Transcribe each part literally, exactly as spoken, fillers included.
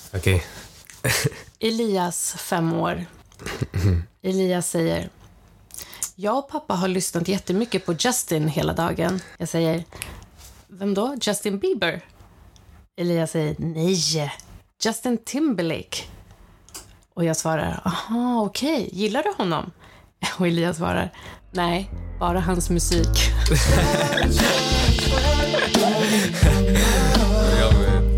Okej. Elias, fem år. Elias säger: jag och pappa har lyssnat jättemycket på Justin hela dagen. Jag säger: vem då? Justin Bieber? Elias säger: nej, Justin Timberlake. Och jag svarar: aha, okej, okay. Gillar du honom? Och Elias svarar: nej, bara hans musik. Ja, men...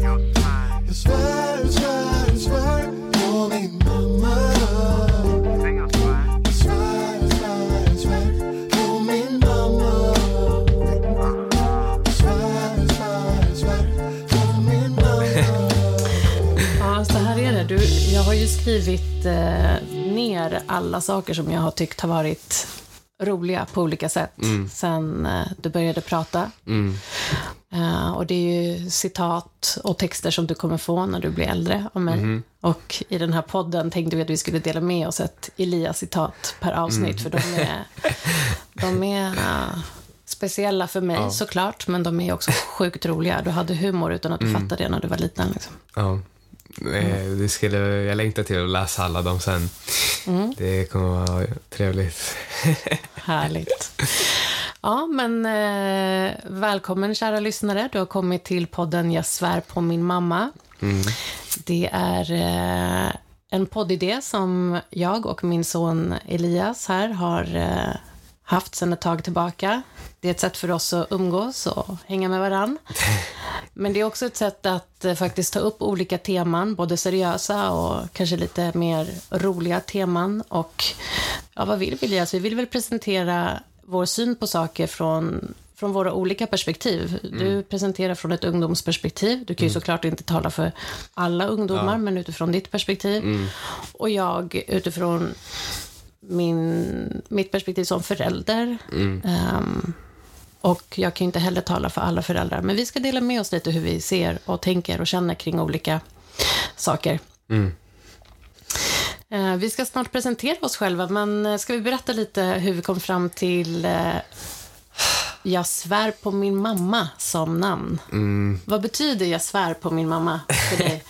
Du, jag har ju skrivit eh, ner alla saker som jag har tyckt har varit roliga på olika sätt mm. sen eh, du började prata. Mm. Uh, och det är ju citat och texter som du kommer få när du blir äldre av mig. Mm. Och i den här podden tänkte vi att vi skulle dela med oss ett Elias-citat per avsnitt. Mm. För de är, de är uh, speciella för mig ja. såklart, men de är också sjukt roliga. Du hade humor utan att du mm. fattade det när du var liten. Liksom. Ja. Mm. Det skulle, jag längtar till att läsa alla dem sen. Mm. Det kommer vara trevligt. Härligt. Ja, men eh, välkommen kära lyssnare. Du har kommit till podden Jag svär på min mamma. Mm. Det är eh, en poddidé som jag och min son Elias här har eh, haft sedan ett tag tillbaka. Det är ett sätt för oss att umgås och hänga med varann. Men det är också ett sätt att eh, faktiskt ta upp olika teman, både seriösa och kanske lite mer roliga teman. Och ja, vad vill vi, Elias? Vi vill väl presentera vår syn på saker från, från våra olika perspektiv. Mm. Du presenterar från ett ungdomsperspektiv. Du kan ju mm. såklart inte tala för alla ungdomar, ja. men utifrån ditt perspektiv. Mm. Och jag utifrån min, mitt perspektiv som förälder. Mm. Um, och jag kan ju inte heller tala för alla föräldrar. Men vi ska dela med oss lite hur vi ser och tänker och känner kring olika saker. Mm. Uh, vi ska snart presentera oss själva, men ska vi berätta lite hur vi kom fram till uh, Jag svär på min mamma som namn? Mm. Vad betyder Jag svär på min mamma för dig?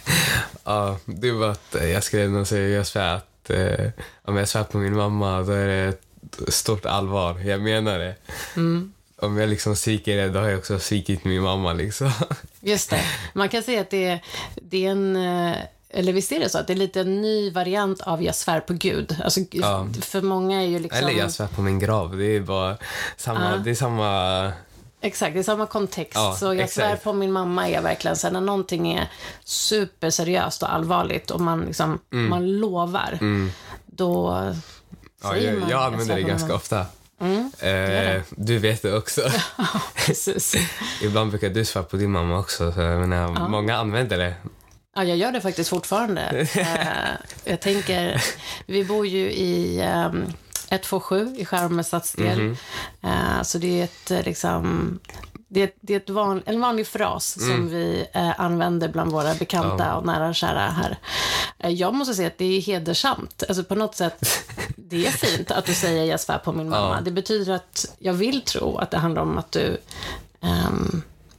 Ja, det var att jag skrev någon säga jag svär att uh, om jag svär på min mamma då är det ett stort allvar. Jag menar det. Mm. Om jag liksom sviker det, då har jag också svikit min mamma liksom. Just det. Man kan säga att det är, det är en... Eller visst är det så att det är lite en ny variant av Jag svär på Gud. Alltså, ja. För många är ju liksom... Eller Jag svär på min grav. Det är bara samma... Ja. Det är samma... Exakt, det är samma kontext. Ja, så Jag exakt. svär på min mamma är verkligen så när någonting är superseriöst och allvarligt och man, liksom, mm. man lovar, mm. då ja, jag, man, jag använder jag det ganska ofta. Mm, eh, du vet det också. Ja, precis. Ibland brukar du svära på din mamma också. Så jag menar, ja. Många använder det. Ja, jag gör det faktiskt fortfarande. uh, jag tänker, vi bor ju i um, ett två sju i Skärholmens stadsdel. Mm-hmm. uh, så det är ett liksom... Det är, det är ett van, en vanlig fras mm. som vi eh, använder bland våra bekanta ja. och nära och kära här. Eh, jag måste säga att det är hedersamt. Alltså på något sätt, det är fint att du säger jag svär på min mamma. Ja. Det betyder att jag vill tro att det handlar om att du ehm,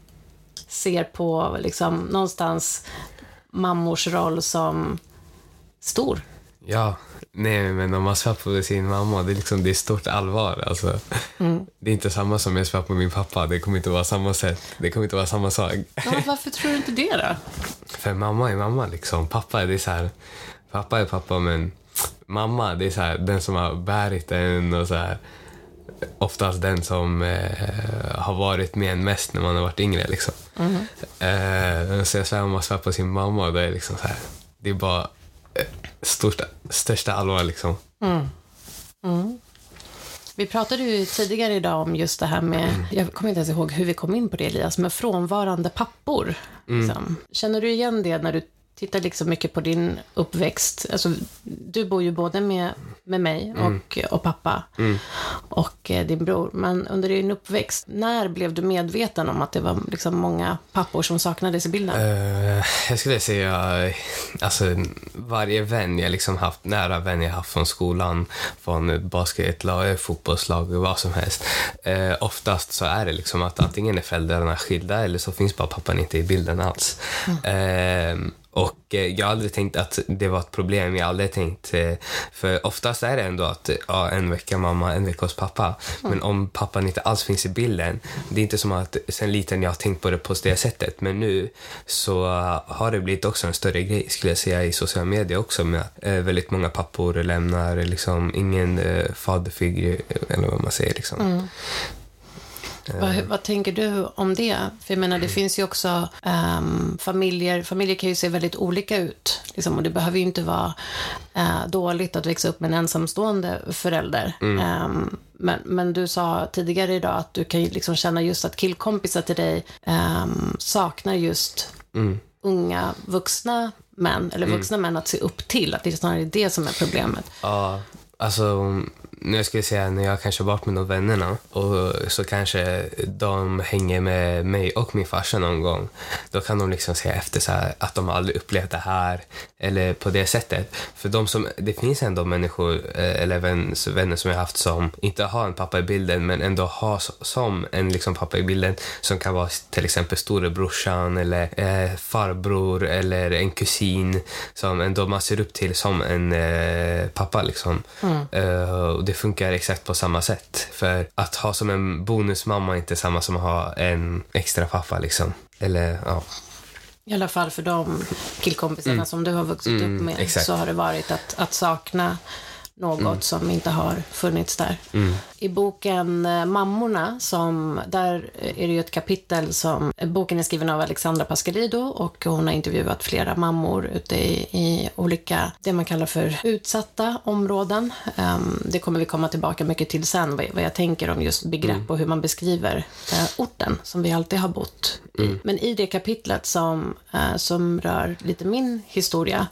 ser på liksom, någonstans mammors roll som stor. Ja, nej men om man svär på sin mamma, det är liksom det är stort allvar alltså. Mm. Det är inte samma som jag svär på min pappa. Det kommer inte vara samma sätt. Det kommer inte vara samma sak. Ja, varför tror du inte det då? För mamma är mamma liksom. Pappa det är så här, pappa är pappa, men mamma det är så här, den som har bärit en och så här, oftast den som eh, har varit med en mest när man har varit yngre liksom. Mm. Eh, så jag svär om man svär på sin mamma och då är det liksom så här, det är bara Största, största allvar liksom. Mm. Mm. Vi pratade ju tidigare idag om just det här med, mm. jag kommer inte ens ihåg hur vi kom in på det Elias, med frånvarande pappor. Mm. Liksom. Känner du igen det när du tittar liksom mycket på din uppväxt? Alltså, du bor ju både med, med mig och, mm. och pappa mm. och eh, din bror. Men under din uppväxt, när blev du medveten om att det var liksom många pappor som saknades i bilden? Uh, jag skulle säga, alltså varje vän jag liksom haft, nära vän jag haft från skolan, från basketlag, fotbollslag, vad som helst. Uh, oftast så är det liksom att antingen är föräldrarna skilda eller så finns bara pappan inte i bilden alls. Mm. Uh, Och eh, jag har aldrig tänkt att det var ett problem. Jag har aldrig tänkt, eh, för oftast är det ändå att ja, en vecka mamma, en vecka hos pappa. Mm. Men om pappan inte alls finns i bilden, det är inte som att sen liten jag har tänkt på det på det sättet. Men nu så uh, har det blivit också en större grej, skulle jag säga, i sociala medier också, med att eh, väldigt många pappor lämnar liksom ingen eh, faderfigur, eller vad man säger liksom. Mm. Vad, vad tänker du om det? För jag menar, det finns ju också um, familjer, familjer kan ju se väldigt olika ut. Liksom, och det behöver ju inte vara uh, dåligt att växa upp med en ensamstående förälder. Mm. Um, men, men du sa tidigare idag att du kan ju liksom känna just att killkompisar till dig um, saknar just mm. unga vuxna män, eller vuxna mm. män att se upp till. Att det är snarare det som är problemet. Ja, alltså... Nu ska jag säga, när jag kanske varit med de vännerna och så kanske de hänger med mig och min farsa någon gång, då kan de liksom säga efter så här, att de aldrig upplevt det här eller på det sättet. För de som, det finns ändå människor eller vänner, vänner som jag haft som inte har en pappa i bilden, men ändå har som en liksom pappa i bilden, som kan vara till exempel storebrorsan eller eh, farbror eller en kusin som ändå man ser upp till som en eh, pappa liksom. Mm. Uh, och det funkar exakt på samma sätt. För att ha som en bonusmamma är inte samma som att ha en extra pappa liksom. Eller, ja. I alla fall för de killkompisarna mm. som du har vuxit mm, upp med, exakt. Så har det varit att, att sakna något mm. som inte har funnits där. Mm. I boken Mammorna, som, där är det ju ett kapitel som, boken är skriven av Alexandra Pascalidou, och hon har intervjuat flera mammor ute i, i olika, det man kallar för utsatta områden. Um, det kommer vi komma tillbaka mycket till sen, vad, vad jag tänker om just begrepp mm. och hur man beskriver uh, orten som vi alltid har bott i. Mm. Men i det kapitlet som, uh, som rör lite min historia,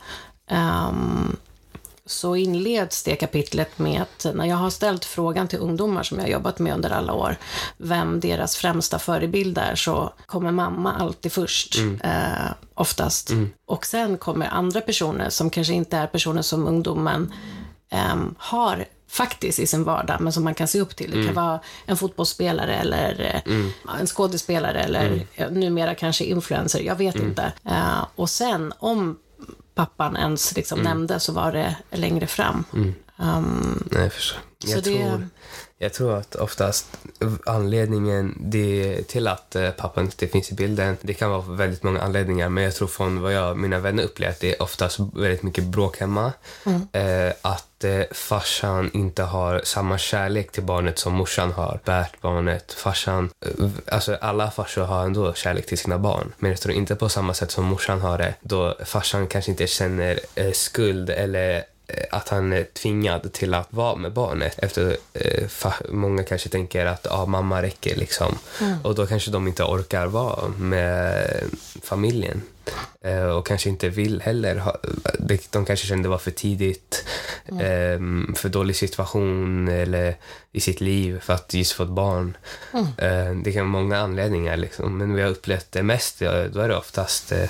um, så inleds det kapitlet med att när jag har ställt frågan till ungdomar som jag har jobbat med under alla år, vem deras främsta förebild är, så kommer mamma alltid först, mm. eh, oftast. Mm. Och sen kommer andra personer som kanske inte är personer som ungdomen eh, har faktiskt i sin vardag, men som man kan se upp till. Det kan mm. vara en fotbollsspelare eller mm. en skådespelare eller mm. ja, numera kanske influencer, jag vet mm. inte. Eh, och sen om pappan ens liksom mm. nämnde, så var det längre fram. Mm. Um, Nej, för så. Jag, tror, det... jag tror att oftast anledningen det, till att eh, pappan inte finns i bilden, det kan vara väldigt många anledningar, men jag tror från vad jag mina vänner upplevt, det är oftast väldigt mycket bråk hemma. Mm. Eh, att eh, farsan inte har samma kärlek till barnet som morsan har. Bärt barnet, farsan, eh, alltså alla farsor har ändå kärlek till sina barn, men jag tror inte på samma sätt som morsan har det, då farsan kanske inte känner eh, skuld eller att han är tvingad till att vara med barnet, efter eh, fa- många kanske tänker att ja, mamma räcker liksom. Mm. Och då kanske de inte orkar vara med familjen eh, och kanske inte vill heller ha, de kanske kände det var för tidigt, mm. eh, för dålig situation eller i sitt liv för att just få ett barn. Mm. eh, det kan vara många anledningar liksom. Men vi har upplevt det mest, då är det oftast eh,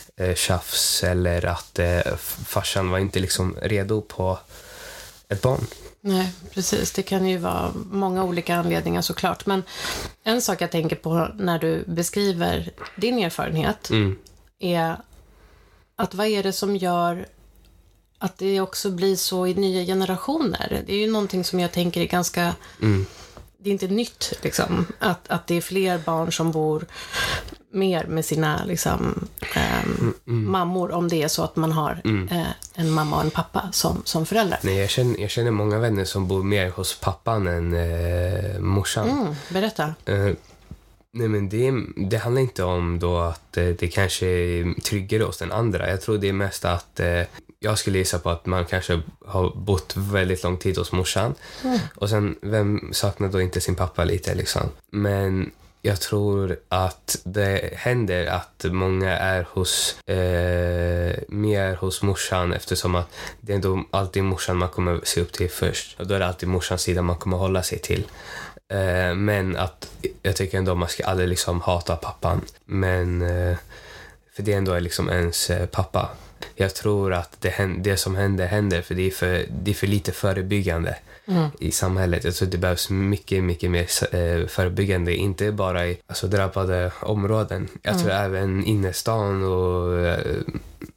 tjafs eller att eh, farsan var inte liksom redo på ett barn. Nej, precis. Det kan ju vara många olika anledningar såklart. Men en sak jag tänker på när du beskriver din erfarenhet mm. är att vad är det som gör att det också blir så i nya generationer? Det är ju någonting som jag tänker är ganska... Mm. Det är inte nytt liksom, att, att det är fler barn som bor mer med sina liksom, eh, mm, mm. mammor, om det är så att man har mm. eh, en mamma och en pappa som, som föräldrar. Nej, jag känner, jag känner många vänner som bor mer hos pappan än eh, morsan. Mm, berätta. Eh, nej, men det, det handlar inte om då att eh, det kanske är tryggare hos den andra. Jag tror det är mest att eh, jag skulle gissa på att man kanske har bott väldigt lång tid hos morsan. Mm. Och sen, vem saknar då inte sin pappa lite liksom. Men jag tror att det händer att många är hos eh, mer hos morsan, eftersom att det är ändå alltid morsan man kommer se upp till först. Och då är det alltid morsans sida man kommer hålla sig till. Eh, men att jag tycker ändå man ska aldrig liksom hata pappan. Men eh, för det ändå är liksom ens eh, pappa. Jag tror att det, händer, det som händer händer för det är för, det är för lite förebyggande mm. i samhället. Jag tror det behövs mycket, mycket mer eh, förebyggande, inte bara i alltså, drabbade områden. Jag tror mm. även innerstan och eh,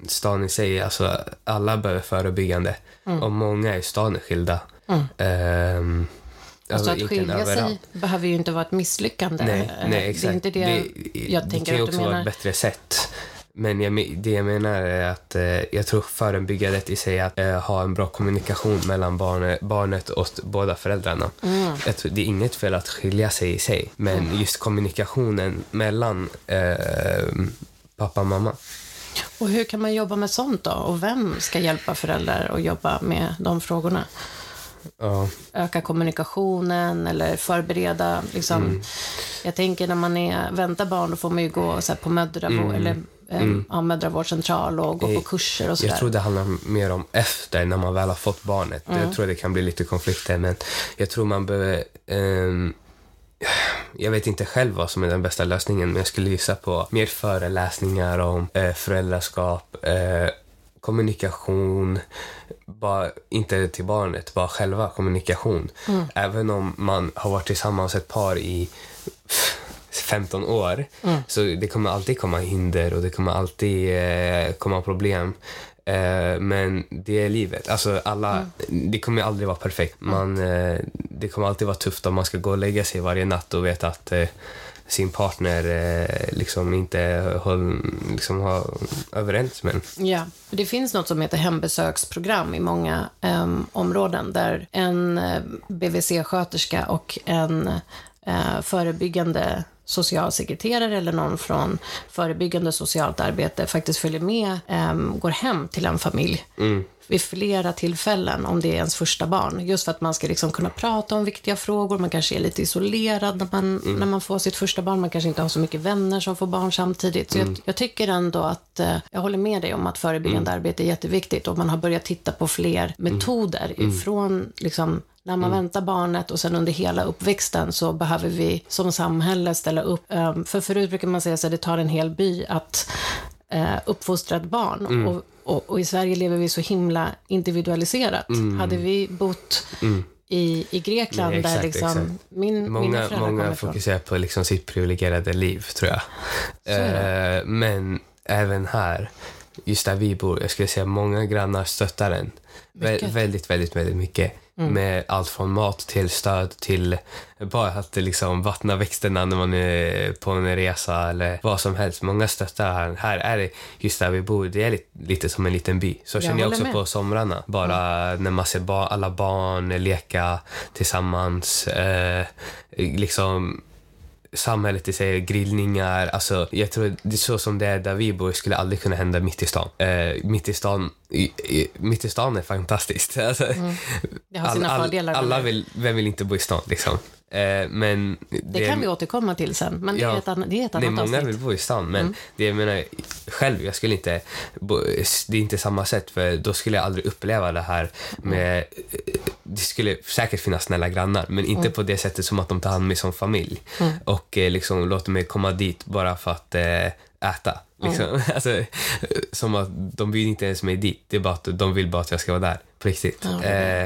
stan i sig, alltså alla behöver förebyggande. Mm. Och många i stan är skilda. Mm. Um, Alltså att skilja sig behöver ju inte vara ett misslyckande. Nej, nej exakt. Det är inte det, det jag det tänker kan ju att också du menar. vara ett bättre sätt. Men jag, det jag menar är att eh, jag tror förebyggandet i sig att eh, ha en bra kommunikation mellan barnet, barnet och båda föräldrarna. Mm. Att det är inget fel att skilja sig i sig. Men mm. just kommunikationen mellan eh, pappa och mamma. Och hur kan man jobba med sånt då? Och vem ska hjälpa föräldrar att jobba med de frågorna? Ja. Öka kommunikationen eller förbereda liksom. Mm. Jag tänker när man är väntar barn, då får man ju gå så här, på mödravård mm. eller mm. ja, mödravårdscentral och gå på kurser och så jag där. tror det handlar mer om efter när man väl har fått barnet. Mm. Jag tror det kan bli lite konflikter, men jag tror man behöver um, jag vet inte själv vad som är den bästa lösningen, men jag skulle gissa på mer föreläsningar om eh, föräldraskap, eh, kommunikation, bara inte till barnet, bara själva kommunikation. Mm. Även om man har varit tillsammans ett par i femton år mm. så det kommer alltid komma hinder och det kommer alltid eh, komma problem. Eh, men det är livet. Alltså alla, mm. det kommer aldrig vara perfekt. Man, eh, det kommer alltid vara tufft om man ska gå och lägga sig varje natt och veta att eh, sin partner eh, liksom inte håll, liksom har överens med. Ja, det finns något som heter hembesöksprogram i många eh, områden där en eh, B V C-sköterska och en eh, förebyggande socialsekreterare eller någon från förebyggande socialt arbete faktiskt följer med, eh, går hem till en familj mm. vid flera tillfällen om det är ens första barn. Just för att man ska liksom kunna prata om viktiga frågor. Man kanske är lite isolerad när man, mm. när man får sitt första barn. Man kanske inte har så mycket vänner som får barn samtidigt. Så mm. jag, jag tycker ändå att eh, jag håller med dig om att förebyggande mm. arbete är jätteviktigt. Och man har börjat titta på fler metoder mm. ifrån liksom när man mm. väntar barnet och sen under hela uppväxten så behöver vi som samhälle ställa upp. För förut brukar man säga att det tar en hel by att uppfostra ett barn. Mm. Och, och, och i Sverige lever vi så himla individualiserat. Mm. Hade vi bott mm. i, i Grekland, nej, exakt, där liksom min, många, mina föräldrar många fokuserar på liksom sitt privilegierade liv, tror jag. Eh, men även här, just där vi bor, jag skulle säga många grannar stöttar en. Vä- väldigt, väldigt, väldigt mycket. Mm. Med allt från mat till stöd till bara att liksom vattna växterna när man är på en resa eller vad som helst. Många stöttar här. Här är det, just där vi bor, det är lite, lite som en liten by. Så jag känner jag också med. På somrarna. Bara mm. när man ser ba- alla barn leka tillsammans. Eh, liksom samhället i sig, grillningar, alltså jag tror det är så som det är där vi bor skulle aldrig kunna hända mitt i stan. Eh, mitt i stan i, i, mitt i stan är fantastiskt. Alltså, mm. Det har sina all, fördelar. Alla vill, vem vill inte bo i stan liksom? Eh, men det, det kan vi återkomma till sen, men det, ja, är, ett annat, det är ett annat nej, avsnitt. Många vill bo i stan, men mm. det jag menar själv, jag skulle inte bo, det är inte samma sätt, för då skulle jag aldrig uppleva det här med, det skulle säkert finnas snälla grannar, men inte mm. på det sättet som att de tar hand om mig som familj mm. och eh, liksom låter mig komma dit bara för att eh, äta. Liksom. Mm. Alltså, som att de vill inte ens mig dit, det är bara att de vill bara att jag ska vara där på riktigt. Mm. Eh,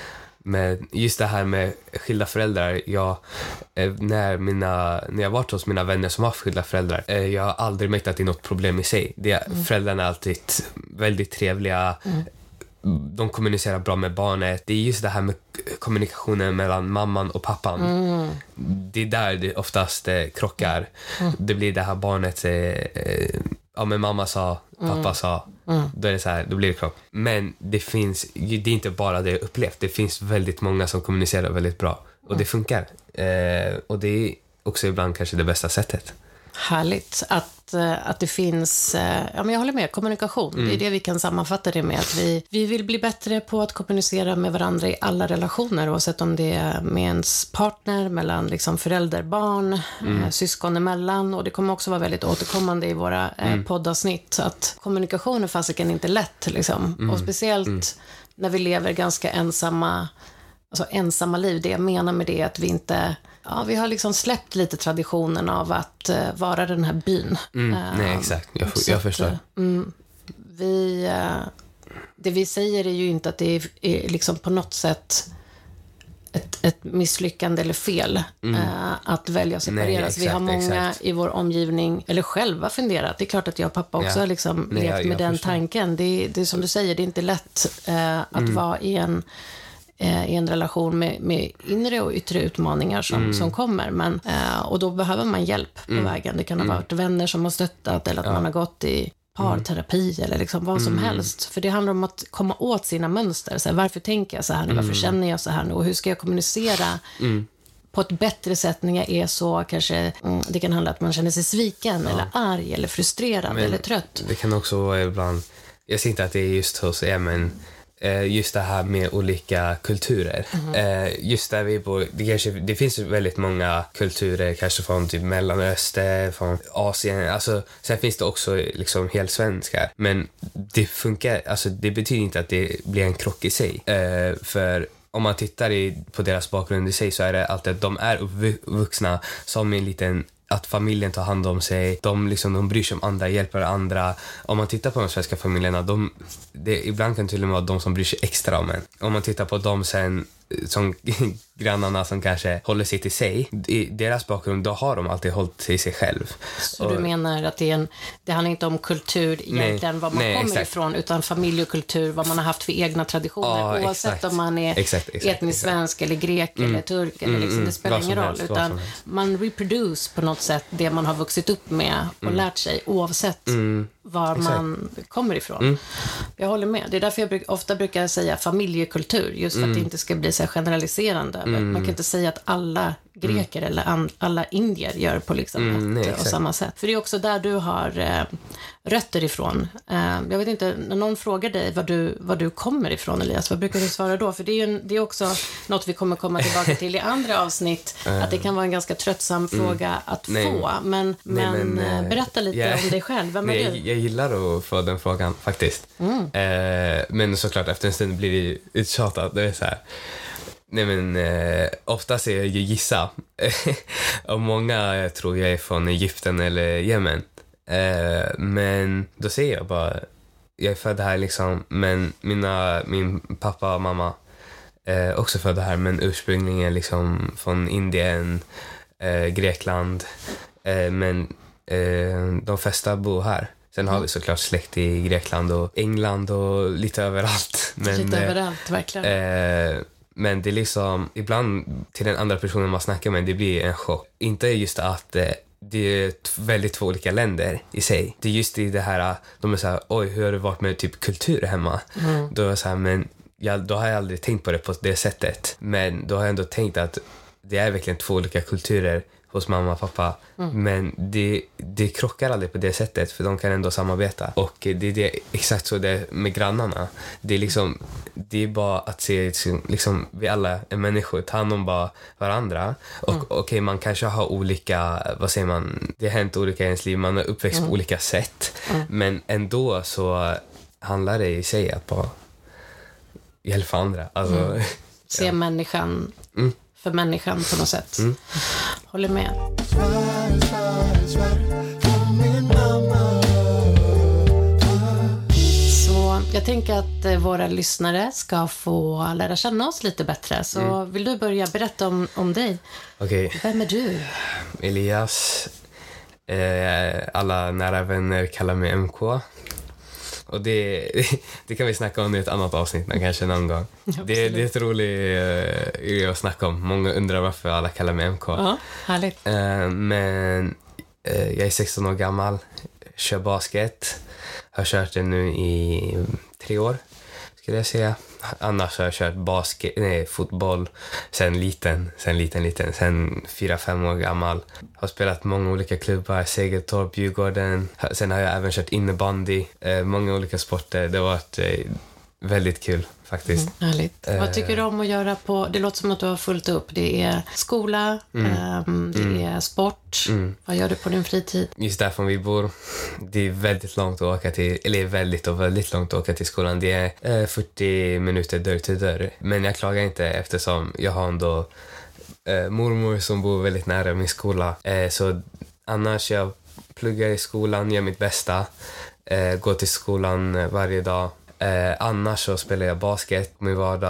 Men just det här med skilda föräldrar, jag, när, mina, när jag varit hos mina vänner som har skilda föräldrar, jag har aldrig märkt att det är något problem i sig. Det, mm. Föräldrarna är alltid väldigt trevliga, mm. de kommunicerar bra med barnet. Det är just det här med kommunikationen mellan mamman och pappan. Mm. Det är där det oftast krockar. Mm. Det blir det här barnet, eh, ja men mamma sa, pappa mm. sa. Mm. Då är det så här, då blir det krock. Men det finns, det är inte bara det jag upplevt. Det finns väldigt många som kommunicerar väldigt bra. Och mm. det funkar. Eh, och det är också ibland kanske det bästa sättet. Härligt att, att det finns, ja men jag håller med, kommunikation. Mm. Det är det vi kan sammanfatta det med. Att vi, vi vill bli bättre på att kommunicera med varandra i alla relationer. Oavsett om det är med ens partner, mellan liksom förälder, barn, mm. eh, syskon emellan. Och det kommer också vara väldigt återkommande i våra eh, mm. poddavsnitt. Att kommunikation är fasiken inte lätt. Liksom. Mm. Och speciellt mm. när vi lever ganska ensamma, alltså ensamma liv. Det jag menar med det är att vi inte... Ja, vi har liksom släppt lite traditionen av att uh, vara den här byn. Mm, uh, nej, exakt. Jag, jag förstår. Att, mm, vi, uh, det vi säger är ju inte att det är, är liksom på något sätt ett, ett misslyckande eller fel mm. uh, att välja att separeras. Vi har många exakt. I vår omgivning, eller själva funderat. Det är klart att jag och pappa också ja. har liksom Nej, lekt jag, jag med den förstår. tanken. Det, det är som du säger, det är inte lätt uh, att mm. vara i en, uh, i en relation med, med inre och yttre utmaningar som, mm. som kommer. Men, uh, och då behöver man hjälp på mm. vägen. Det kan ha mm. varit vänner som har stöttat eller att ja. man har gått i parterapi mm. eller liksom vad som mm. helst. För det handlar om att komma åt sina mönster. Så här, varför tänker jag så här nu? Varför mm. känner jag så här nu? Och hur ska jag kommunicera mm. på ett bättre sätt när jag är så kanske... Mm, det kan handla om att man känner sig sviken ja. eller arg eller frustrerad men eller trött. Det kan också vara ibland... Jag ser inte att det är just hos er, men just det här med olika kulturer. Mm. Just där vi bor, det, kanske, det finns väldigt många kulturer, kanske från typ Mellanöstern, från Asien. Alltså, sen finns det också liksom helt svenskar. Men det funkar, alltså det betyder inte att det blir en krock i sig. För om man tittar i, på deras bakgrund i sig så är det alltid att de är uppvuxna som en liten... att familjen tar hand om sig, de, liksom, de bryr sig om andra, hjälper andra. Om man tittar på de svenska familjerna, de, det, ibland kan det till och med vara de som bryr sig extra om en. Om man tittar på dem sen, som grannarna som kanske håller sig till sig, i deras bakgrund, då har de alltid hållit till sig själv. Så och, du menar att det, är en, det handlar inte om kultur egentligen, nej, var man nej, kommer exakt. ifrån, utan familj och kultur, vad man har haft för egna traditioner, ja, oavsett exakt. om man är exakt, exakt, etnisk exakt. svensk eller grek mm. eller turk, eller liksom, det spelar ingen roll, helst, utan man reproduce på något sätt det man har vuxit upp med och mm. lärt sig, oavsett mm. var exakt. man kommer ifrån. Mm. Jag håller med. Det är därför jag bruk, ofta brukar säga familjekultur, just för mm. att det inte ska bli så generaliserande. Mm. Man kan inte säga att alla greker mm. eller an, alla indier gör på liksom mm, ett nej, och samma sätt. För det är också där du har eh, rötter ifrån. Eh, jag vet inte, när någon frågar dig vad du, vad du kommer ifrån, Elias, vad brukar du svara då? För det är ju en, det är också något vi kommer komma tillbaka till i andra avsnitt, att det kan vara en ganska tröttsam mm. fråga att nej. få. Men, nej, men, men berätta lite yeah. om dig själv. Vem nej, är du? Jag, jag gillar att få den frågan faktiskt. Mm. Eh, men såklart efter en stund blir det uttjatat. Det är så här. Nej men eh, oftast är jag ju gissa. Och många tror jag är från Egypten eller Jemen. Eh, men då säger jag bara, jag är född här liksom. Men mina, min pappa och mamma är eh, också födda här, men ursprungligen liksom från Indien, eh, Grekland. Eh, men eh, de flesta bor här. Sen har vi såklart släkt i Grekland och England och lite överallt. Men, lite överallt, verkligen. Eh, Men det är liksom, ibland till den andra personen man snackar med, det blir en chock. Inte just att eh, det är väldigt två olika länder i sig. Det är just i det här, de är så här, oj, hur har du varit med typ kultur hemma? Mm. Då är jag så här, men jag, då har jag aldrig tänkt på det på det sättet. Men då har jag ändå tänkt att det är verkligen två olika kulturer hos mamma och pappa. Mm. Men det, det krockar aldrig på det sättet, för de kan ändå samarbeta. Och det är det, exakt så det är med grannarna. Det är liksom, det är bara att se liksom, vi alla är människor, ta hand om bara varandra. Och mm. okej, okay, man kanske har olika, vad säger man, det har hänt olika i ens liv, man har uppväxt mm. på olika sätt. Mm. Men ändå så handlar det i sig att bara hjälpa andra. Alltså, mm. Se ja. människan mm. för människan på något sätt. Mm. Håller med. Så jag tänker att våra lyssnare ska få lära känna oss lite bättre. Så mm. vill du börja berätta om, om dig? Okej. Okay. Vem är du? Elias. Eh, alla nära vänner kallar mig M K. Och det, det kan vi snacka om i ett annat avsnitt kanske någon gång. Ja, det, det är ett roligt uh, att snacka om. Många undrar varför alla kallar mig M K. Ja, härligt. Uh, men uh, jag är sexton år gammal, kör basket. Har kört det nu i tre år, skulle jag säga. Annars har jag kört basket, nej, fotboll sen liten, sen liten, liten, sen fyra, fem år gammal. Har spelat många olika klubbar, Segeltorp, Djurgården. Sen har jag även kört innebandy, eh, många olika sporter. Det har varit eh, väldigt kul faktiskt. Mm, härligt. Eh, Vad tycker du om att göra på, det låter som att du har fullt upp. Det är skola, mm, eh, det mm, är sport. Mm. Vad gör du på din fritid? Just därför vi bor, det är väldigt långt att åka till, eller väldigt och väldigt långt att åka till skolan. Det är eh, fyrtio minuter dörr till dörr. Men jag klagar inte eftersom jag har ändå eh, mormor som bor väldigt nära min skola. Eh, så annars jag pluggar i skolan, gör mitt bästa. Eh, går till skolan varje dag. Eh, annars så spelar jag basket på min vardag.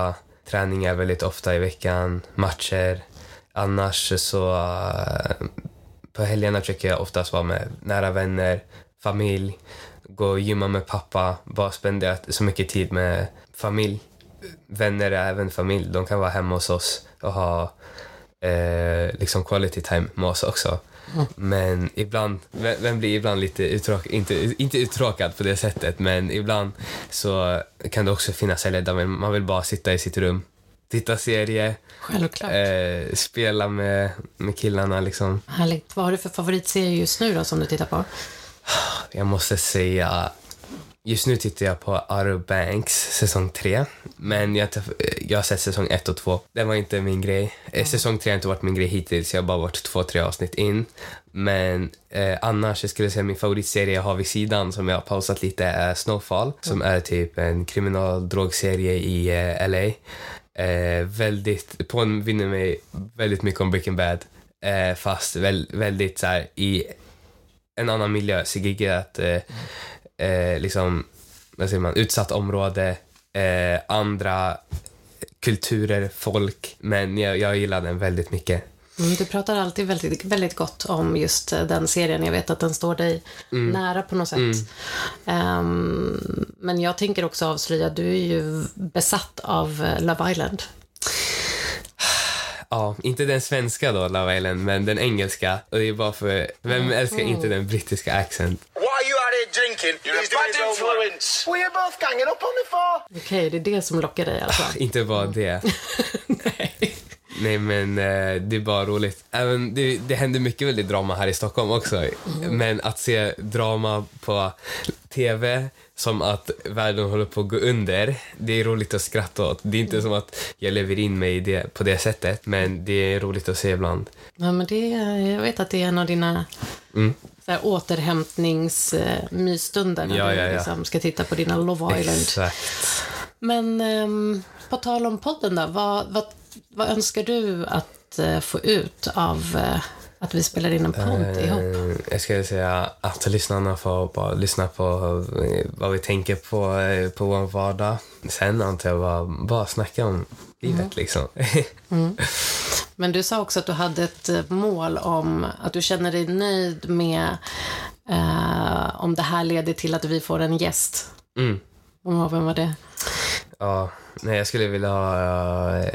träningar väldigt ofta i veckan, matcher. Annars så uh, på helgerna försöker jag oftast vara med nära vänner, familj, gå och gymma med pappa, bara spendera så mycket tid med familj. Vänner är även familj, de kan vara hemma hos oss och ha eh, liksom quality time med oss också. Mm. Men ibland, vem blir ibland lite uttråkad, inte, inte uttråkad på det sättet, men ibland så kan det också finnas helger där man vill bara sitta i sitt rum, titta serie, självklart. Eh, spela med, med killarna liksom. Härligt. Vad har du för favoritserie just nu då som du tittar på? Jag måste säga, just nu tittar jag på Outer Banks säsong tre, men jag, jag har sett säsong ett och två. Det var inte min grej. Mm. Säsong tre har inte varit min grej hittills, jag har bara varit två, tre avsnitt in. Men eh, annars jag skulle säga min favoritserie jag har vid sidan som jag har pausat lite är Snowfall, mm. som är typ en kriminaldrogserie i eh, L A. Eh, väldigt, påminner mig väldigt mycket om Breaking Bad, eh, fast väl, väldigt så här, i en annan miljö, segregerat, eh, eh, liksom, vad säger man, utsatt område, eh, andra kulturer, folk, men jag, jag gillar den väldigt mycket. Mm, du pratar alltid väldigt, väldigt gott om just den serien. Jag vet att den står dig mm. nära på något sätt. Mm. Um, men jag tänker också avslöja, du är ju besatt av Love Island. Ja, inte den svenska då, Love Island, men den engelska. Och det är bara för, vem älskar mm. inte den brittiska accent? Why are you out here drinking? You're a bad influence. What are you both ganging up on me for? Okej, okay, det är det som lockar dig i alla fall. Inte bara det. Nej. Nej, men eh, det är bara roligt. Även, det, det händer mycket väldigt drama här i Stockholm också. Mm. Men att se drama på tv som att världen håller på att gå under, det är roligt att skratta åt. Det är inte mm. som att jag lever in mig i det på det sättet, men det är roligt att se ibland. Ja, men det, jag vet att det är en av dina mm. så här, återhämtningsmysstunder när ja, ja, ja. du liksom ska titta på dina Love Island. Exakt. Men um, på tal om podden då, vad, vad, vad önskar du att uh, få ut av uh, att vi spelar in en podd uh, ihop? Jag skulle säga att lyssnarna får bara lyssna på vad vi tänker på på vår vardag. Sen antar jag bara, bara snacka om livet mm. liksom. mm. Men du sa också att du hade ett mål om att du känner dig nöjd med uh, om det här leder till att vi får en gäst. Mm. Och vem var det? Ja, nej, jag skulle vilja ha uh,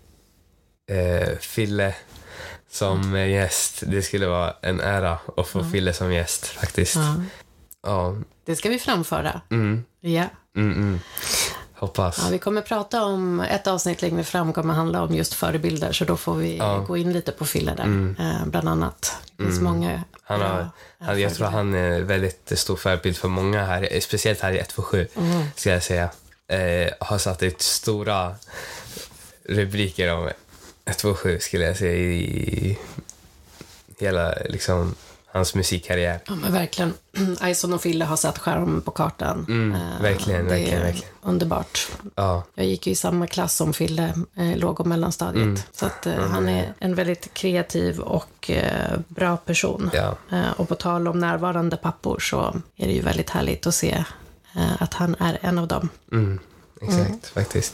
uh, Fille som gäst. Det skulle vara en ära att få mm. Fille som gäst faktiskt. Ja. Ja. Det ska vi framföra. Mm. Ja. Mm, mm. Hoppas. Ja, vi kommer prata om ett avsnitt längre fram kommer handla om just förebilder, så då får vi ja. gå in lite på Fille där, mm. eh, bland annat. Det finns mm. många. Han har, han, jag tror han är väldigt stor förebild för många här, speciellt här i ett två sju mm. ska jag säga. Eh, har satt ut stora rubriker om ett två sju skulle jag säga i hela liksom hans musikkarriär. Ja, men verkligen. Ison och Fille har satt skärm på kartan. Mm, verkligen, det verkligen, är verkligen. Underbart. Ja. Jag gick ju i samma klass som Fille, eh, låg- och mellanstadiet. Mm. Så att eh, mm. han är en väldigt kreativ och eh, bra person. Ja. Eh, och på tal om närvarande pappor så är det ju väldigt härligt att se eh, att han är en av dem. Mm, exakt, mm. faktiskt.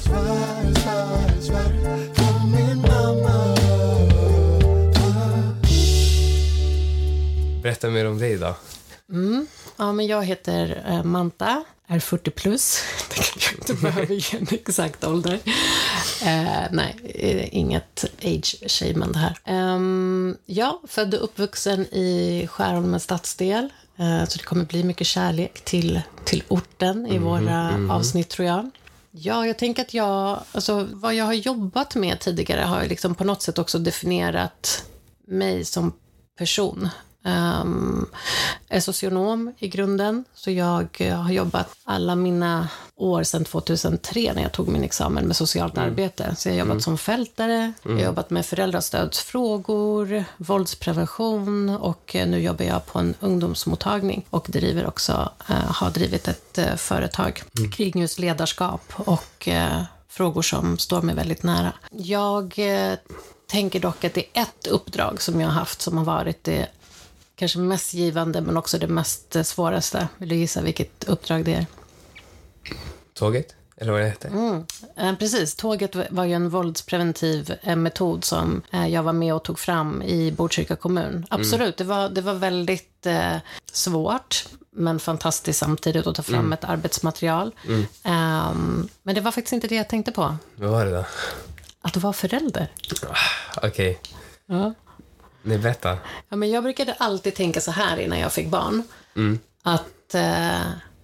Berätta mer om dig då. Mm. Ja, men jag heter eh, Manta, är fyrtio plus. Det kan jag inte behöva ge en exakt ålder. Eh, nej, inget age-shaming här. Um, ja, född och uppvuxen i Skärholmens stadsdel. Uh, så det kommer bli mycket kärlek till, till orten i mm, våra mm. avsnitt, tror jag. Ja, jag tänker att jag, alltså, vad jag har jobbat med tidigare har jag liksom på något sätt också definierat mig som person. Um, är socionom i grunden, så jag har jobbat alla mina år sedan tjugohundratre när jag tog min examen med socialt mm. arbete. Så jag har jobbat mm. som fältare, mm. jag har jobbat med föräldrastödsfrågor, våldsprevention, och nu jobbar jag på en ungdomsmottagning och driver också, uh, har drivit ett uh, företag mm. kring just ledarskap och uh, frågor som står mig väldigt nära. Jag uh, tänker dock att det är ett uppdrag som jag har haft som har varit det kanske mest givande, men också det mest svåraste. Vill du gissa vilket uppdrag det är? Tåget? Eller vad det heter. Mm. Eh, precis, tåget var ju en våldspreventiv eh, metod som eh, jag var med och tog fram i Botkyrka kommun. Absolut, mm. det, var, det var väldigt eh, svårt men fantastiskt samtidigt att ta fram mm. ett arbetsmaterial. Mm. Um, men det var faktiskt inte det jag tänkte på. Vad var det då? Att du var förälder. Okej. Okay. Ja. Ni berättar. Ja, men jag brukade alltid tänka så här innan jag fick barn. Mm. Att eh,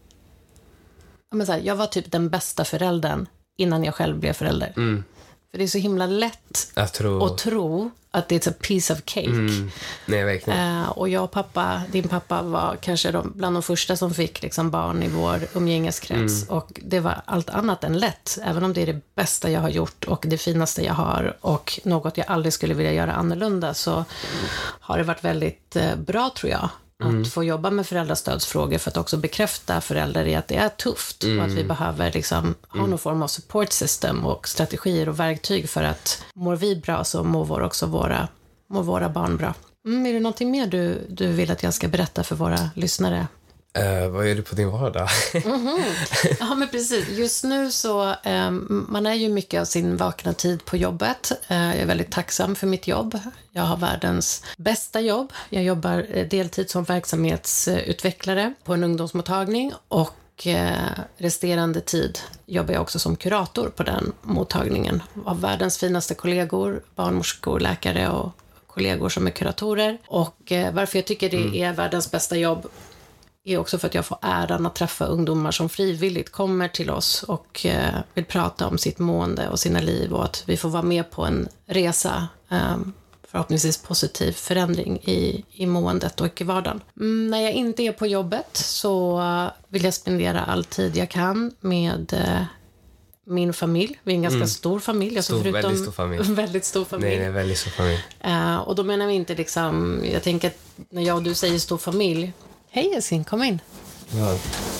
ja, men så här, jag var typ den bästa föräldern innan jag själv blev förälder. Mm. För det är så himla lätt jag tror... att tro att det är ett piece of cake. Mm. Nej, verkligen. Eh, och jag och pappa, din pappa var kanske de, bland de första som fick liksom, barn i vår umgängeskrets. Mm. Och det var allt annat än lätt. Även om det är det bästa jag har gjort och det finaste jag har och något jag aldrig skulle vilja göra annorlunda, så mm. har det varit väldigt eh, bra, tror jag. Mm. Att få jobba med föräldrastödsfrågor för att också bekräfta föräldrar i att det är tufft mm. och att vi behöver liksom ha någon form av support system och strategier och verktyg för att mår vi bra så mår vår också våra, mår våra barn bra. Mm, är det någonting mer du, du vill att jag ska berätta för våra lyssnare? Uh, vad gör du på din vardag? mm-hmm. Ja, men precis. Just nu så um, man är ju mycket av sin vakna tid på jobbet. Uh, jag är väldigt tacksam för mitt jobb. Jag har världens bästa jobb. Jag jobbar uh, deltid som verksamhetsutvecklare på en ungdomsmottagning och uh, resterande tid jobbar jag också som kurator på den mottagningen. Av världens finaste kollegor, barnmorskor, läkare och kollegor som är kuratorer. Och uh, varför jag tycker det mm. är världens bästa jobb är också för att jag får äran att träffa ungdomar som frivilligt kommer till oss och eh, vill prata om sitt mående och sina liv, och att vi får vara med på en resa, eh, förhoppningsvis positiv förändring i, i måendet och i vardagen. Mm, när jag inte är på jobbet så vill jag spendera all tid jag kan med eh, min familj. Vi är en ganska mm. stor familj. Stor, förutom, väldigt stor familj. väldigt stor familj. Nej, det är väldigt stor familj. Eh, och då menar vi inte liksom, jag tänker att när jag och du säger stor familj. Hej Yasin, kom in. Ja.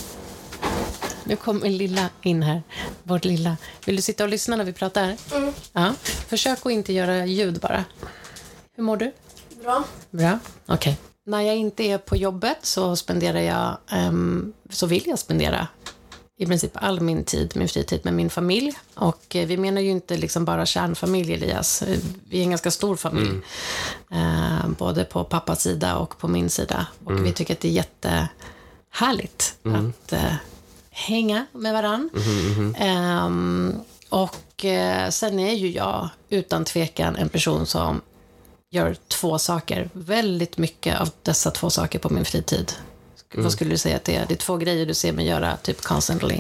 Nu kom min lilla in här. Vårt lilla. Vill du sitta och lyssna när vi pratar? Mm. Ja. Försök att inte göra ljud bara. Hur mår du? Bra. Bra, okej. Okay. När jag inte är på jobbet så spenderar jag, um, så vill jag spendera i princip all min tid, min fritid med min familj. Och eh, vi menar ju inte liksom bara kärnfamilj, Elias. Vi är en ganska stor familj. Mm. Eh, både på pappas sida och på min sida. Och mm. vi tycker att det är jättehärligt mm. att eh, hänga med varann. Mm, mm, eh, och eh, sen är ju jag utan tvekan en person som gör två saker. Väldigt mycket av dessa två saker på min fritid. Mm. Vad skulle du säga att det är? Det är två grejer du ser mig göra typ constantly.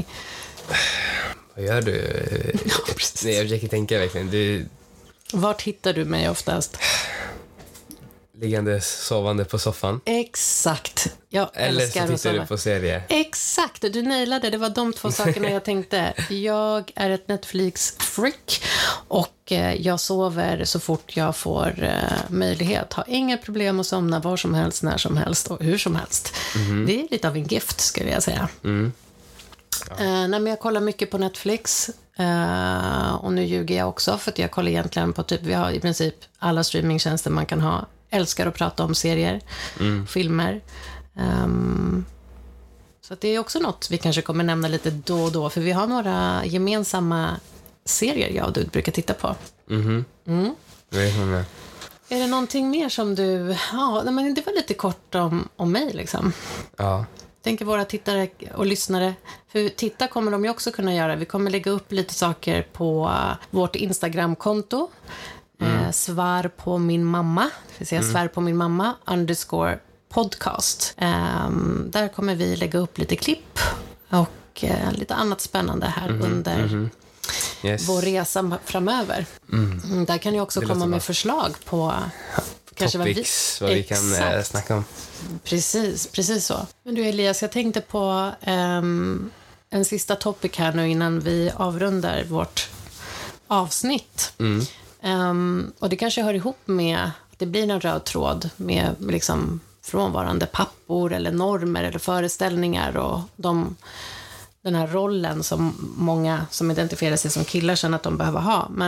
Vad gör du? Ja, Nej, jag försöker tänka verkligen. Du... Vart hittar du mig oftast? Liggande, sovande på soffan. Exakt. Jag Eller älskar så tittar du på serier. Exakt, du nailade. Det var de två sakerna jag tänkte. Jag är ett Netflix-freak och jag sover så fort jag får uh, möjlighet. Har inga problem att somna var som helst, när som helst och hur som helst. Mm. Det är lite av en gift, skulle jag säga. Mm. Ja. Uh, nej, men jag kollar mycket på Netflix. Uh, och nu ljuger jag också, för att jag kollar egentligen på typ, vi har i princip alla streamingtjänster man kan ha. Älskar att prata om serier, mm. filmer. Um, så att det är också något vi kanske kommer nämna lite då och då, för vi har några gemensamma serier jag och du brukar titta på. Mm-hmm. Mm. Mm. Är det någonting mer som du... Ja, men det var lite kort om, om mig liksom. Ja. Tänker våra tittare och lyssnare. För titta kommer de ju också kunna göra. Vi kommer lägga upp lite saker på vårt Instagram-konto. Mm. Eh, svär på min mamma. Vi säger mm. svär på min mamma underscore podcast. Eh, där kommer vi lägga upp lite klipp och eh, lite annat spännande här mm. under mm. Yes. vår resa framöver. Mm. Där kan ni också komma med bra. förslag på kanske topics, vad vi, vad vi kan äh, snacka om. Precis, precis så. Men du Elias, jag tänkte på um, en sista topic här nu innan vi avrundar vårt avsnitt. Mm. Um, och det kanske hör ihop med att det blir en röd tråd med liksom frånvarande pappor eller normer eller föreställningar och de, den här rollen som många som identifierar sig som killar känner att de behöver ha. Men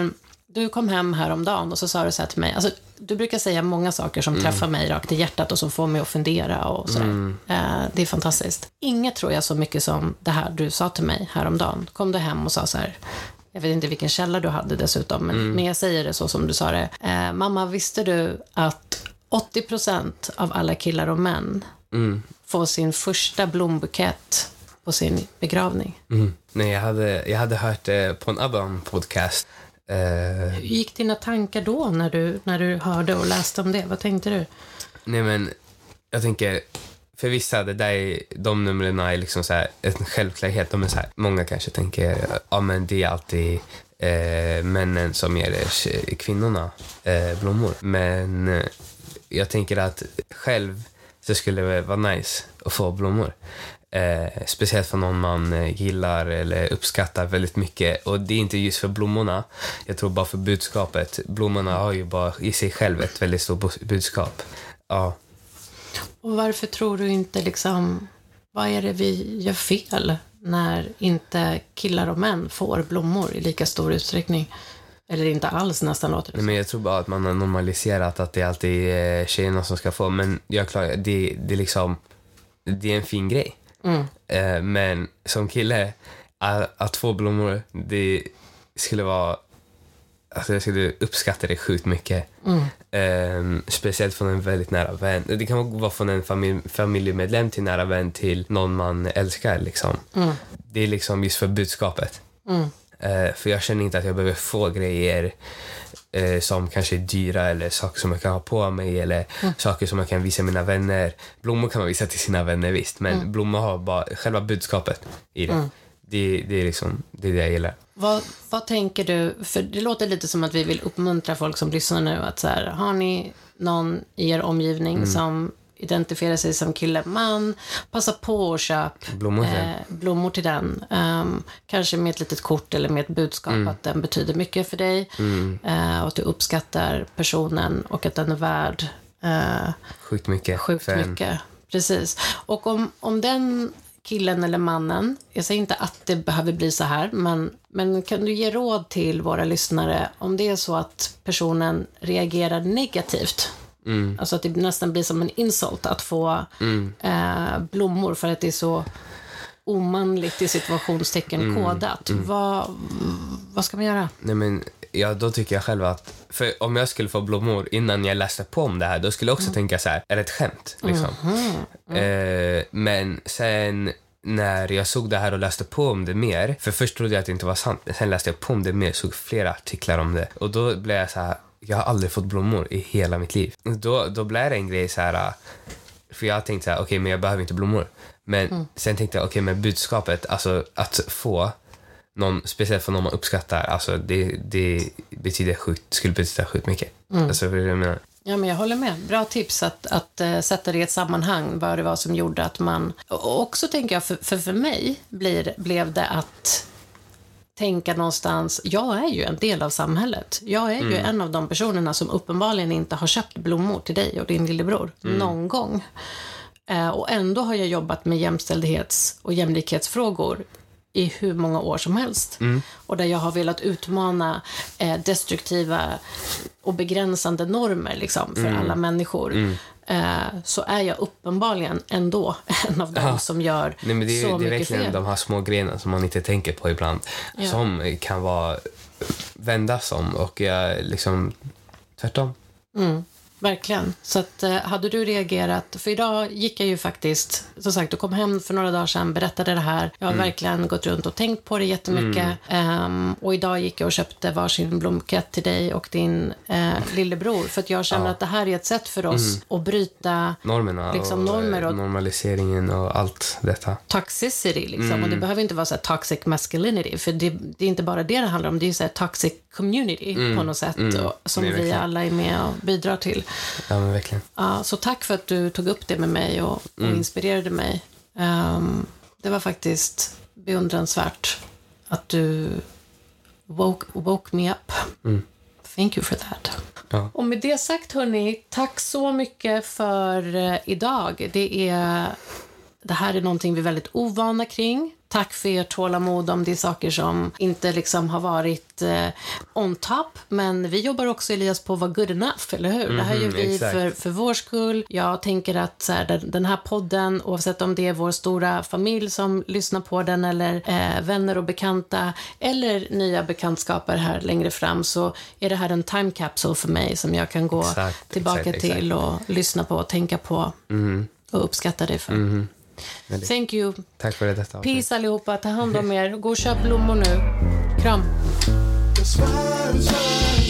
du kom hem häromdagen och så sa du så här till mig, alltså du brukar säga många saker som mm. träffar mig rakt i hjärtat och som får mig att fundera och sådär. Mm. Eh, det är fantastiskt. Inget tror jag så mycket som det här du sa till mig häromdagen. Kom du hem och sa så här, jag vet inte vilken källa du hade dessutom, men, mm. men jag säger det så som du sa det. Eh, mamma, visste du att åttio procent av alla killar och män mm. får sin första blombukett på sin begravning? Mm. Nej, jag hade, jag hade hört det på en annan podcast. Uh, Hur gick dina tankar då när du, när du hörde och läste om det? Vad tänkte du? Nej, men jag tänker, för vissa, det där är, de numren är liksom så här, en självklarhet. De är så här, många kanske tänker, ja men det är alltid eh, männen som ger kvinnorna eh, blommor. Men eh, jag tänker att själv så skulle det vara nice att få blommor. Eh, speciellt för någon man eh, gillar eller uppskattar väldigt mycket. Och det är inte just för blommorna. Jag tror bara för budskapet. Blommorna har ju bara i sig själv ett väldigt stort budskap. Ja. Och varför tror du inte liksom, vad är det vi gör fel när inte killar och män får blommor i lika stor utsträckning? Eller inte alls nästan låter det. Nej, men jag tror bara att man har normaliserat att det alltid är tjejerna som ska få. Men jag klarar, det, det är liksom, det är en fin grej. Mm. Eh, men som kille att, att få blommor, det skulle vara, alltså jag skulle uppskatta det sjukt mycket. Mm. eh, speciellt från en väldigt nära vän. Det kan vara från en familj, familjemedlem till nära vän till någon man älskar liksom. Mm. Det är liksom just för budskapet. Mm. eh, för jag känner inte att jag behöver få grejer Eh, som kanske är dyra eller saker som jag kan ha på mig eller mm. saker som jag kan visa mina vänner. Blommor kan man visa till sina vänner visst, men mm. blommor har bara själva budskapet i det. Mm. Det, det är liksom det, är det jag gillar. Vad, vad tänker du, för det låter lite som att vi vill uppmuntra folk som lyssnar nu att så här, har ni någon i er omgivning mm. som identifierar sig som kille, man passa på att köpa blommor, eh, blommor till den. Um, kanske med ett litet kort eller med ett budskap mm. att den betyder mycket för dig mm. uh, och att du uppskattar personen och att den är värd uh, sjukt mycket. Sjukt mycket. Precis. Och om, om den killen eller mannen, jag säger inte att det behöver bli så här, men, men kan du ge råd till våra lyssnare om det är så att personen reagerar negativt? Mm. Alltså att det nästan blir som en insult att få mm. eh, blommor för att det är så omanligt i situationstecken mm. kodat. Mm. Vad, vad ska man göra? Nej, men ja, då tycker jag själv att, för om jag skulle få blommor innan jag läste på om det här, då skulle jag också mm. tänka så här, är det ett skämt liksom? Mm. Mm. Eh, men sen när jag såg det här och läste på om det mer, för först trodde jag att det inte var sant, men sen läste jag på om det mer, såg flera artiklar om det, och då blev jag så här, jag har aldrig fått blommor i hela mitt liv. Då, då blev det en grej så här, för jag tänkte så här, okej, okay, men jag behöver inte blommor. Men mm. sen tänkte jag, okej, okay, men budskapet, alltså att få någon, speciellt för någon man uppskattar, alltså det, det betyder sjukt, skulle betyda sjukt mycket. Mm. Alltså, vad jag menar. Ja, men jag håller med. Bra tips att, att uh, sätta det i ett sammanhang, vad det var som gjorde att man, och också tänker jag, för, för, för mig blir, blev det att tänka någonstans, jag är ju en del av samhället. Jag är mm. ju en av de personerna som uppenbarligen inte har köpt blommor till dig och din lillebror mm. någon gång. Eh, och ändå har jag jobbat med jämställdhets- och jämlikhetsfrågor i hur många år som helst. Mm. Och där jag har velat utmana eh, destruktiva och begränsande normer liksom, för mm. alla människor. Mm. Eh, så är jag uppenbarligen ändå en av dem ja. som gör Nej, men det är, så det är mycket verkligen fel. De här små grejerna som man inte tänker på ibland. Ja. Som kan vara vändas om, och jag liksom tvärtom. Mm. Verkligen. Så att, eh, hade du reagerat, för idag gick jag ju faktiskt, som sagt, du kom hem för några dagar sedan, berättade det här. Jag har mm. verkligen gått runt och tänkt på det jättemycket. Mm. Um, och idag gick jag och köpte varsin blombukett till dig och din eh, lillebror. För att jag känner ja. att det här är ett sätt för oss mm. att bryta normerna, liksom, och, normer och normaliseringen och allt detta. Toxicity liksom. Mm. Och det behöver inte vara så här toxic masculinity. För det, det är inte bara det det handlar om. Det är så här toxic community mm. på något sätt. Mm. Och, som vi alla är med och bidrar till. Ja, men verkligen. Ja, så tack för att du tog upp det med mig och, och mm. inspirerade mig. Um, det var faktiskt beundransvärt att du woke, woke me up. Mm. Thank you for that. Ja. Och med det sagt, hörni, tack så mycket för uh, idag. Det är... Det här är någonting vi är väldigt ovana kring. Tack för er tålamod om det är saker som inte liksom har varit eh, on top. Men vi jobbar också, Elias, på att vara good enough, eller hur? Mm-hmm, det här gör vi för, för vår skull. Jag tänker att så här, den, den här podden, oavsett om det är vår stora familj som lyssnar på den eller eh, vänner och bekanta eller nya bekantskaper här längre fram, så är det här en time capsule för mig som jag kan gå exakt, tillbaka exakt, till exakt. och lyssna på och tänka på mm. och uppskatta det för. Mm. Thank you. Tack för det. Detta. Peace allihopa. Ta hand om er. Gå och köp blommor nu. Kram.